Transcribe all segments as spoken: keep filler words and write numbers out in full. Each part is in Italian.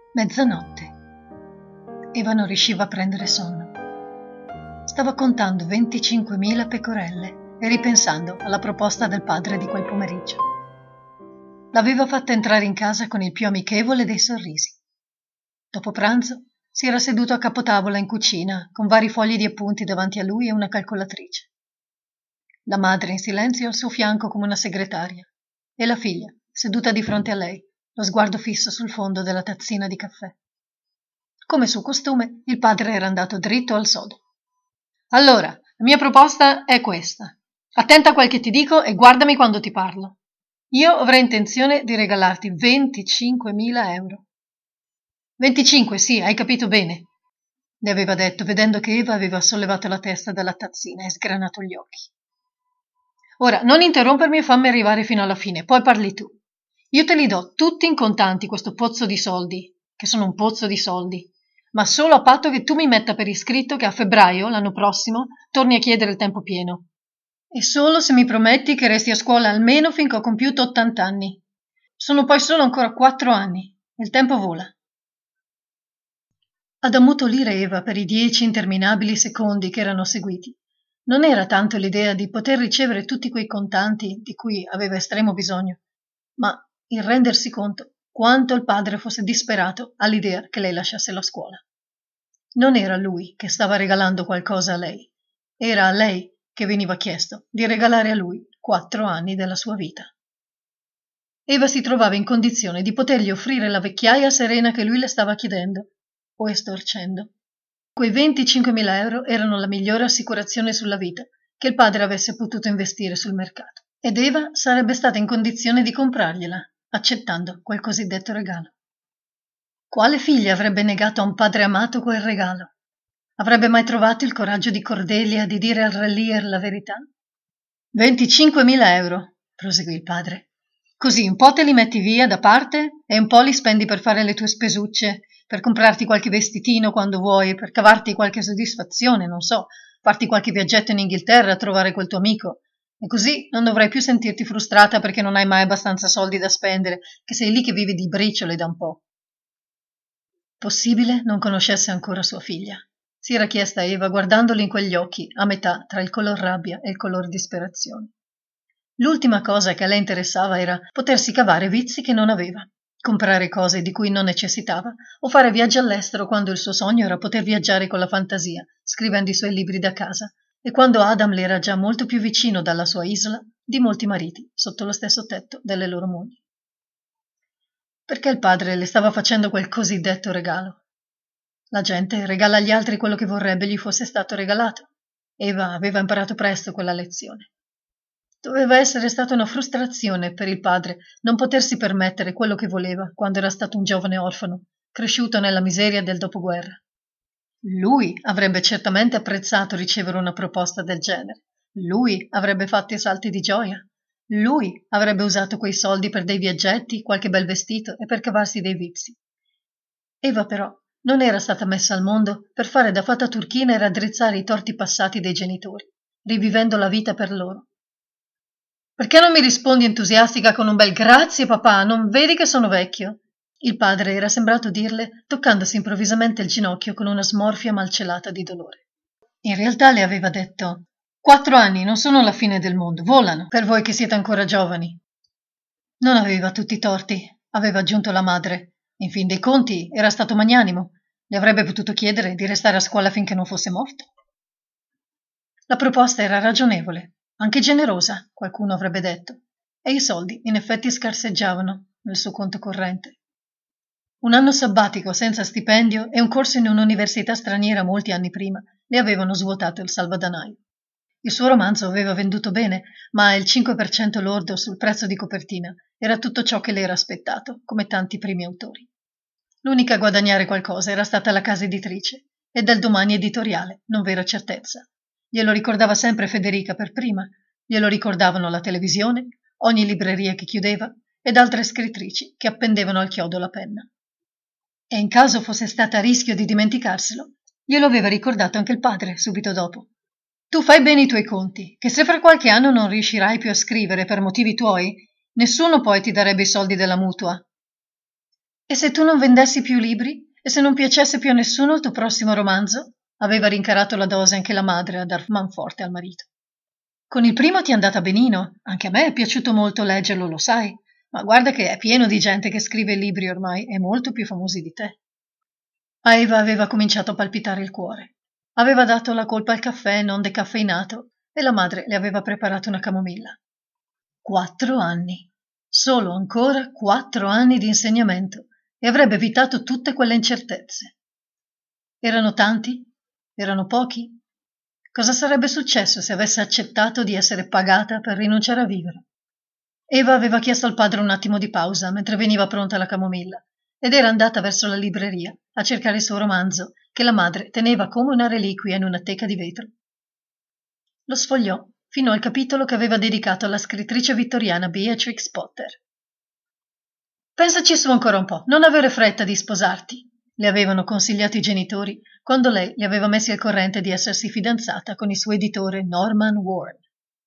Mezzanotte. Eva non riusciva a prendere sonno. Stava contando venticinquemila pecorelle e ripensando alla proposta del padre di quel pomeriggio. L'aveva fatta entrare in casa con il più amichevole dei sorrisi. Dopo pranzo si era seduto a capotavola in cucina con vari fogli di appunti davanti a lui e una calcolatrice. La madre in silenzio al suo fianco come una segretaria e la figlia seduta di fronte a lei, lo sguardo fisso sul fondo della tazzina di caffè. Come suo costume, il padre era andato dritto al sodo. Allora, la mia proposta è questa. Attenta a quel che ti dico e guardami quando ti parlo. Io avrei intenzione di regalarti venticinquemila euro. venticinque, sì, hai capito bene, le aveva detto, vedendo che Eva aveva sollevato la testa dalla tazzina e sgranato gli occhi. Ora, non interrompermi e fammi arrivare fino alla fine, poi parli tu. Io te li do tutti in contanti, questo pozzo di soldi, che sono un pozzo di soldi, ma solo a patto che tu mi metta per iscritto che a febbraio, l'anno prossimo, torni a chiedere il tempo pieno. E solo se mi prometti che resti a scuola almeno finché ho compiuto ottanta anni. Sono poi solo ancora quattro anni. Il tempo vola. Ad ammutolire Eva per i dieci interminabili secondi che erano seguiti non era tanto l'idea di poter ricevere tutti quei contanti di cui aveva estremo bisogno, ma il rendersi conto quanto il padre fosse disperato all'idea che lei lasciasse la scuola. Non era lui che stava regalando qualcosa a lei, era a lei che veniva chiesto di regalare a lui quattro anni della sua vita. Eva si trovava in condizione di potergli offrire la vecchiaia serena che lui le stava chiedendo o estorcendo. Quei venticinquemila euro erano la migliore assicurazione sulla vita che il padre avesse potuto investire sul mercato, ed Eva sarebbe stata in condizione di comprargliela, accettando quel cosiddetto regalo. Quale figlia avrebbe negato a un padre amato quel regalo? Avrebbe mai trovato il coraggio di Cordelia di dire al Relier la verità? venticinquemila euro, proseguì il padre. Così un po' te li metti via da parte e un po' li spendi per fare le tue spesucce, per comprarti qualche vestitino quando vuoi, per cavarti qualche soddisfazione, non so, farti qualche viaggetto in Inghilterra a trovare quel tuo amico. E così non dovrai più sentirti frustrata perché non hai mai abbastanza soldi da spendere, che sei lì che vivi di briciole da un po'. Possibile non conoscesse ancora sua figlia? Si era chiesta Eva guardandolo in quegli occhi, a metà tra il color rabbia e il color disperazione. L'ultima cosa che a lei interessava era potersi cavare vizi che non aveva, comprare cose di cui non necessitava o fare viaggi all'estero quando il suo sogno era poter viaggiare con la fantasia, scrivendo i suoi libri da casa, e quando Adam le era già molto più vicino dalla sua isola di molti mariti sotto lo stesso tetto delle loro mogli. Perché il padre le stava facendo quel cosiddetto regalo? La gente regala agli altri quello che vorrebbe gli fosse stato regalato. Eva aveva imparato presto quella lezione. Doveva essere stata una frustrazione per il padre non potersi permettere quello che voleva quando era stato un giovane orfano, cresciuto nella miseria del dopoguerra. Lui avrebbe certamente apprezzato ricevere una proposta del genere. Lui avrebbe fatto i salti di gioia. Lui avrebbe usato quei soldi per dei viaggetti, qualche bel vestito e per cavarsi dei vizi. Eva però non era stata messa al mondo per fare da fata turchina e raddrizzare i torti passati dei genitori, rivivendo la vita per loro. Perché non mi rispondi entusiastica con un bel grazie papà, non vedi che sono vecchio? Il padre era sembrato dirle, toccandosi improvvisamente il ginocchio con una smorfia malcelata di dolore. In realtà le aveva detto: quattro anni non sono la fine del mondo, volano, per voi che siete ancora giovani. Non aveva tutti i torti, aveva aggiunto la madre. In fin dei conti era stato magnanimo. Le avrebbe potuto chiedere di restare a scuola finché non fosse morto. La proposta era ragionevole, anche generosa, qualcuno avrebbe detto, e i soldi in effetti scarseggiavano nel suo conto corrente. Un anno sabbatico senza stipendio e un corso in un'università straniera molti anni prima le avevano svuotato il salvadanaio. Il suo romanzo aveva venduto bene, ma il cinque per cento lordo sul prezzo di copertina era tutto ciò che le era aspettato, come tanti primi autori. L'unica a guadagnare qualcosa era stata la casa editrice, e del domani editoriale non v'era certezza. Glielo ricordava sempre Federica per prima, glielo ricordavano la televisione, ogni libreria che chiudeva ed altre scrittrici che appendevano al chiodo la penna. E in caso fosse stata a rischio di dimenticarselo, glielo aveva ricordato anche il padre subito dopo. Tu fai bene i tuoi conti, che se fra qualche anno non riuscirai più a scrivere per motivi tuoi, nessuno poi ti darebbe i soldi della mutua. E se tu non vendessi più libri? E se non piacesse più a nessuno il tuo prossimo romanzo? Aveva rincarato la dose anche la madre a dar manforte al marito. Con il primo ti è andata benino, anche a me è piaciuto molto leggerlo, lo sai, ma guarda che è pieno di gente che scrive libri ormai e molto più famosi di te. A Eva aveva cominciato a palpitare il cuore. Aveva dato la colpa al caffè non decaffeinato e la madre le aveva preparato una camomilla. Quattro anni. Solo ancora quattro anni di insegnamento e avrebbe evitato tutte quelle incertezze. Erano tanti? Erano pochi? Cosa sarebbe successo se avesse accettato di essere pagata per rinunciare a vivere? Eva aveva chiesto al padre un attimo di pausa mentre veniva pronta la camomilla ed era andata verso la libreria a cercare il suo romanzo che la madre teneva come una reliquia in una teca di vetro. Lo sfogliò fino al capitolo che aveva dedicato alla scrittrice vittoriana Beatrix Potter. Pensaci su ancora un po', non avere fretta di sposarti, le avevano consigliato i genitori quando lei li aveva messi al corrente di essersi fidanzata con il suo editore Norman Warren.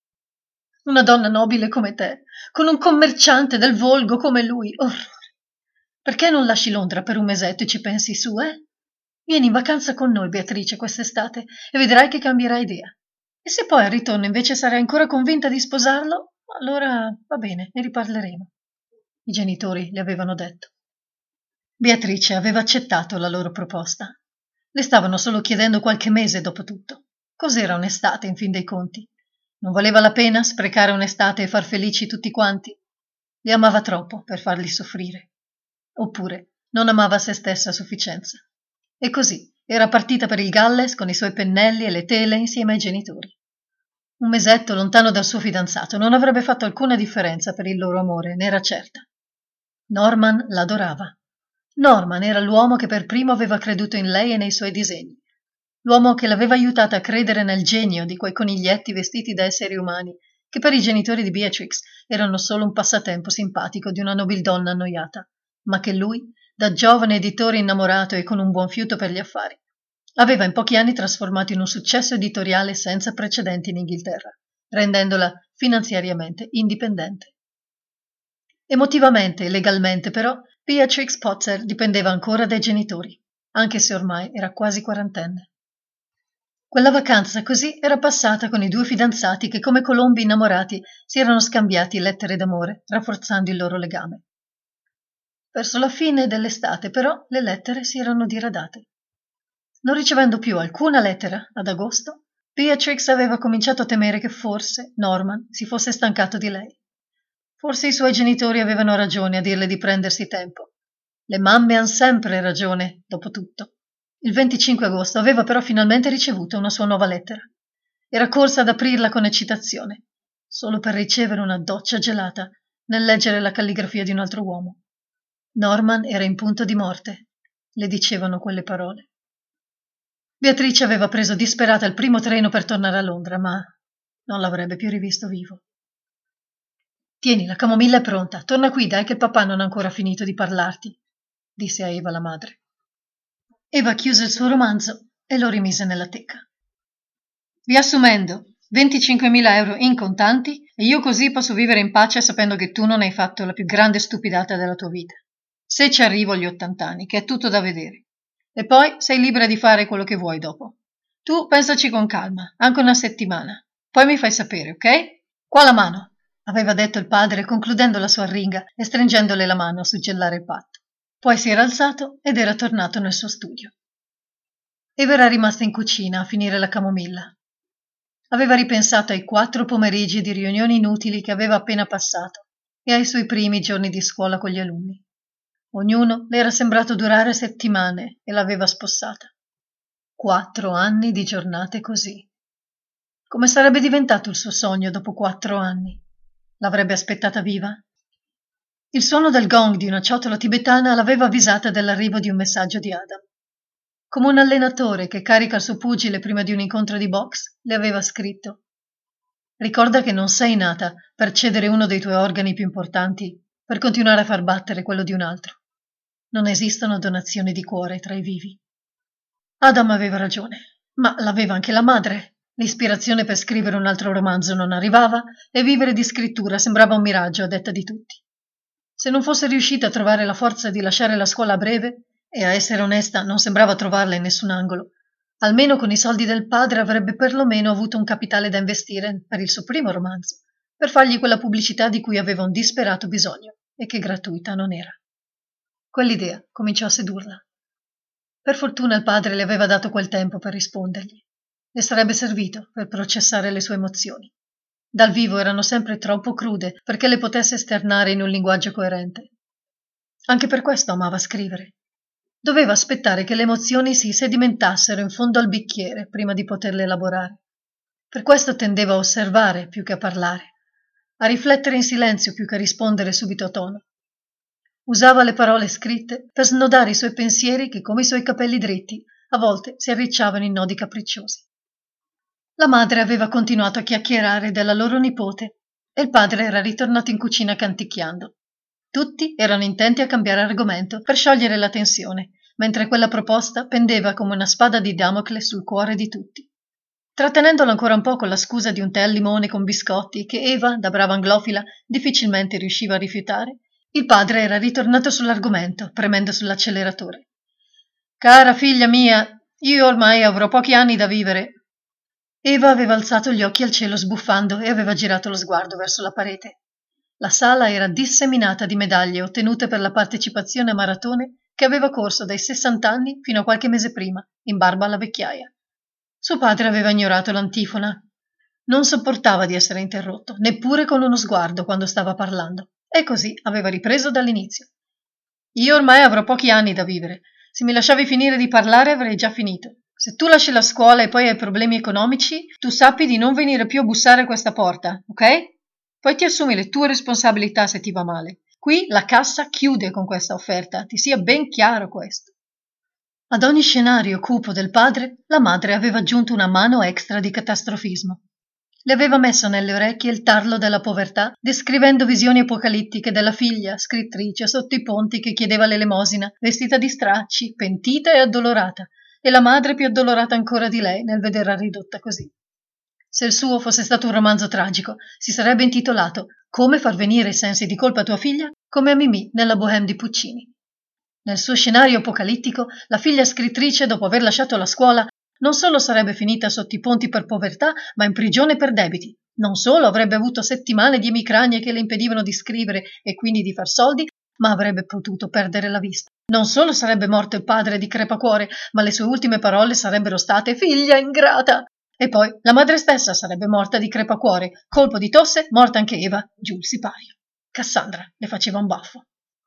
Una donna nobile come te, con un commerciante del volgo come lui, orrore. Perché non lasci Londra per un mesetto e ci pensi su, eh? Vieni in vacanza con noi, Beatrice, quest'estate e vedrai che cambierai idea. E se poi al ritorno invece sarai ancora convinta di sposarlo, allora va bene, ne riparleremo. I genitori le avevano detto. Beatrice aveva accettato la loro proposta. Le stavano solo chiedendo qualche mese dopo tutto. Cos'era un'estate in fin dei conti? Non valeva la pena sprecare un'estate e far felici tutti quanti? Li amava troppo per farli soffrire. Oppure non amava se stessa a sufficienza. E così era partita per il Galles con i suoi pennelli e le tele insieme ai genitori. Un mesetto lontano dal suo fidanzato non avrebbe fatto alcuna differenza per il loro amore, ne era certa. Norman l'adorava. Norman era l'uomo che per primo aveva creduto in lei e nei suoi disegni. L'uomo che l'aveva aiutata a credere nel genio di quei coniglietti vestiti da esseri umani, che per i genitori di Beatrix erano solo un passatempo simpatico di una nobildonna annoiata, ma che lui, da giovane editore innamorato e con un buon fiuto per gli affari, aveva in pochi anni trasformato in un successo editoriale senza precedenti in Inghilterra, rendendola finanziariamente indipendente. Emotivamente e legalmente, però, Beatrix Potter dipendeva ancora dai genitori, anche se ormai era quasi quarantenne. Quella vacanza così era passata con i due fidanzati che come colombi innamorati si erano scambiati lettere d'amore, rafforzando il loro legame. Verso la fine dell'estate, però, le lettere si erano diradate. Non ricevendo più alcuna lettera ad agosto, Beatrix aveva cominciato a temere che forse Norman si fosse stancato di lei. Forse i suoi genitori avevano ragione a dirle di prendersi tempo. Le mamme han sempre ragione, dopo tutto. Il venticinque agosto aveva però finalmente ricevuto una sua nuova lettera. Era corsa ad aprirla con eccitazione, solo per ricevere una doccia gelata nel leggere la calligrafia di un altro uomo. Norman era in punto di morte, le dicevano quelle parole. Beatrice aveva preso disperata il primo treno per tornare a Londra, ma non l'avrebbe più rivisto vivo. Tieni, la camomilla è pronta. Torna qui, dai, che il papà non ha ancora finito di parlarti, disse a Eva la madre. Eva chiuse il suo romanzo e lo rimise nella teca. Riassumendo, venticinquemila euro in contanti e io così posso vivere in pace sapendo che tu non hai fatto la più grande stupidata della tua vita. Se ci arrivo agli ottant'anni, che è tutto da vedere. E poi sei libera di fare quello che vuoi dopo. Tu pensaci con calma, anche una settimana. Poi mi fai sapere, ok? Qua la mano, aveva detto il padre concludendo la sua arringa e stringendole la mano a suggellare il patto. Poi si era alzato ed era tornato nel suo studio. Eva era rimasta in cucina a finire la camomilla. Aveva ripensato ai quattro pomeriggi di riunioni inutili che aveva appena passato e ai suoi primi giorni di scuola con gli alunni. Ognuno le era sembrato durare settimane e l'aveva spossata. Quattro anni di giornate così. Come sarebbe diventato il suo sogno dopo quattro anni? L'avrebbe aspettata viva? Il suono del gong di una ciotola tibetana l'aveva avvisata dell'arrivo di un messaggio di Adam. Come un allenatore che carica il suo pugile prima di un incontro di box, le aveva scritto: ricorda che non sei nata per cedere uno dei tuoi organi più importanti per continuare a far battere quello di un altro. Non esistono donazioni di cuore tra i vivi. Adam aveva ragione, ma l'aveva anche la madre. L'ispirazione per scrivere un altro romanzo non arrivava e vivere di scrittura sembrava un miraggio a detta di tutti. Se non fosse riuscita a trovare la forza di lasciare la scuola a breve, e a essere onesta non sembrava trovarla in nessun angolo, almeno con i soldi del padre avrebbe perlomeno avuto un capitale da investire per il suo primo romanzo, per fargli quella pubblicità di cui aveva un disperato bisogno e che gratuita non era. Quell'idea cominciò a sedurla. Per fortuna il padre le aveva dato quel tempo per rispondergli. Le sarebbe servito per processare le sue emozioni. Dal vivo erano sempre troppo crude perché le potesse esternare in un linguaggio coerente. Anche per questo amava scrivere. Doveva aspettare che le emozioni si sedimentassero in fondo al bicchiere prima di poterle elaborare. Per questo tendeva a osservare più che a parlare, a riflettere in silenzio più che a rispondere subito a tono. Usava le parole scritte per snodare i suoi pensieri che, come i suoi capelli dritti, a volte si arricciavano in nodi capricciosi. La madre aveva continuato a chiacchierare della loro nipote e il padre era ritornato in cucina canticchiando. Tutti erano intenti a cambiare argomento per sciogliere la tensione, mentre quella proposta pendeva come una spada di Damocle sul cuore di tutti. Trattenendolo ancora un po' con la scusa di un tè al limone con biscotti che Eva, da brava anglofila, difficilmente riusciva a rifiutare, il padre era ritornato sull'argomento, premendo sull'acceleratore. «Cara figlia mia, io ormai avrò pochi anni da vivere». Eva aveva alzato gli occhi al cielo sbuffando e aveva girato lo sguardo verso la parete. La sala era disseminata di medaglie ottenute per la partecipazione a maratone che aveva corso dai sessanta anni fino a qualche mese prima, in barba alla vecchiaia. Suo padre aveva ignorato l'antifona. Non sopportava di essere interrotto, neppure con uno sguardo quando stava parlando, e così aveva ripreso dall'inizio. Io ormai avrò pochi anni da vivere. Se mi lasciavi finire di parlare avrei già finito. Se tu lasci la scuola e poi hai problemi economici, tu sappi di non venire più a bussare a questa porta, ok? Poi ti assumi le tue responsabilità se ti va male. Qui la cassa chiude con questa offerta, ti sia ben chiaro questo. Ad ogni scenario cupo del padre, la madre aveva aggiunto una mano extra di catastrofismo. Le aveva messo nelle orecchie il tarlo della povertà, descrivendo visioni apocalittiche della figlia, scrittrice, sotto i ponti che chiedeva l'elemosina, vestita di stracci, pentita e addolorata, e la madre più addolorata ancora di lei nel vederla ridotta così. Se il suo fosse stato un romanzo tragico, si sarebbe intitolato Come far venire i sensi di colpa a tua figlia, come a Mimì nella Bohème di Puccini. Nel suo scenario apocalittico, la figlia scrittrice, dopo aver lasciato la scuola, non solo sarebbe finita sotto i ponti per povertà, ma in prigione per debiti. Non solo avrebbe avuto settimane di emicranie che le impedivano di scrivere e quindi di far soldi, ma avrebbe potuto perdere la vista. Non solo sarebbe morto il padre di crepacuore, ma le sue ultime parole sarebbero state «Figlia ingrata!». E poi la madre stessa sarebbe morta di crepacuore, colpo di tosse, morta anche Eva, giù il sipario. Cassandra le faceva un baffo.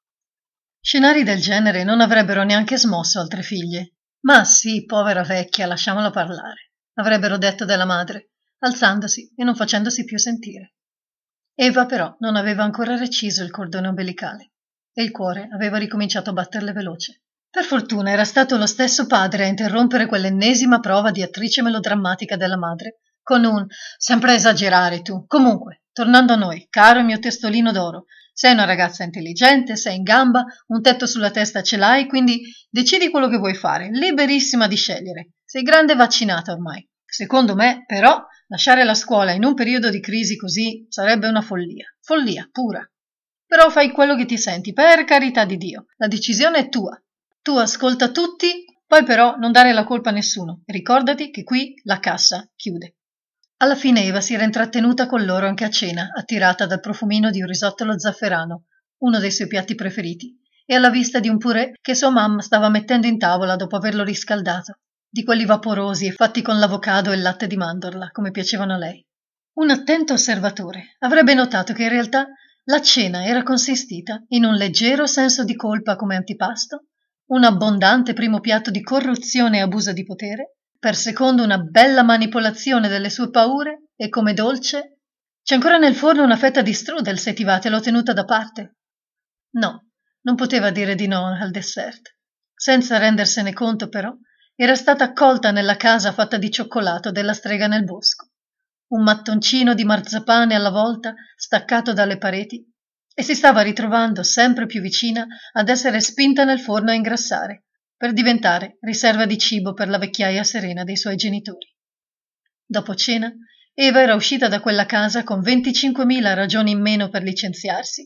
Scenari del genere non avrebbero neanche smosso altre figlie. Ma sì, povera vecchia, lasciamola parlare, avrebbero detto della madre, alzandosi e non facendosi più sentire. Eva però non aveva ancora reciso il cordone ombelicale e il cuore aveva ricominciato a batterle veloce. Per fortuna era stato lo stesso padre a interrompere quell'ennesima prova di attrice melodrammatica della madre con un «sempre a esagerare tu. Comunque, tornando a noi, caro mio testolino d'oro, sei una ragazza intelligente, sei in gamba, un tetto sulla testa ce l'hai, quindi decidi quello che vuoi fare, liberissima di scegliere. Sei grande e vaccinata ormai. Secondo me, però, lasciare la scuola in un periodo di crisi così sarebbe una follia. Follia pura. Però fai quello che ti senti, per carità di Dio. La decisione è tua. Tu ascolta tutti, poi però non dare la colpa a nessuno. Ricordati che qui la cassa chiude. Alla fine Eva si era intrattenuta con loro anche a cena, attirata dal profumino di un risotto allo zafferano, uno dei suoi piatti preferiti, e alla vista di un purè che sua mamma stava mettendo in tavola dopo averlo riscaldato, di quelli vaporosi e fatti con l'avocado e il latte di mandorla, come piacevano a lei. Un attento osservatore avrebbe notato che in realtà la cena era consistita in un leggero senso di colpa come antipasto, un abbondante primo piatto di corruzione e abuso di potere, per secondo una bella manipolazione delle sue paure e come dolce c'è ancora nel forno una fetta di strudel se ti va, te l'ho tenuta da parte. No, non poteva dire di no al dessert. Senza rendersene conto però era stata accolta nella casa fatta di cioccolato della strega nel bosco, un mattoncino di marzapane alla volta staccato dalle pareti, e si stava ritrovando sempre più vicina ad essere spinta nel forno a ingrassare, per diventare riserva di cibo per la vecchiaia serena dei suoi genitori. Dopo cena, Eva era uscita da quella casa con venticinquemila ragioni in meno per licenziarsi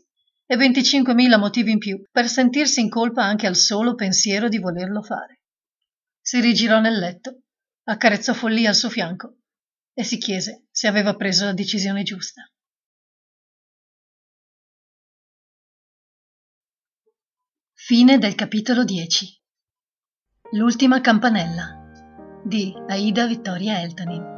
e venticinquemila motivi in più per sentirsi in colpa anche al solo pensiero di volerlo fare. Si rigirò nel letto, accarezzò Follia al suo fianco e si chiese se aveva preso la decisione giusta. Fine del capitolo dieci. L'ultima campanella di Aida Vittoria Eltanin.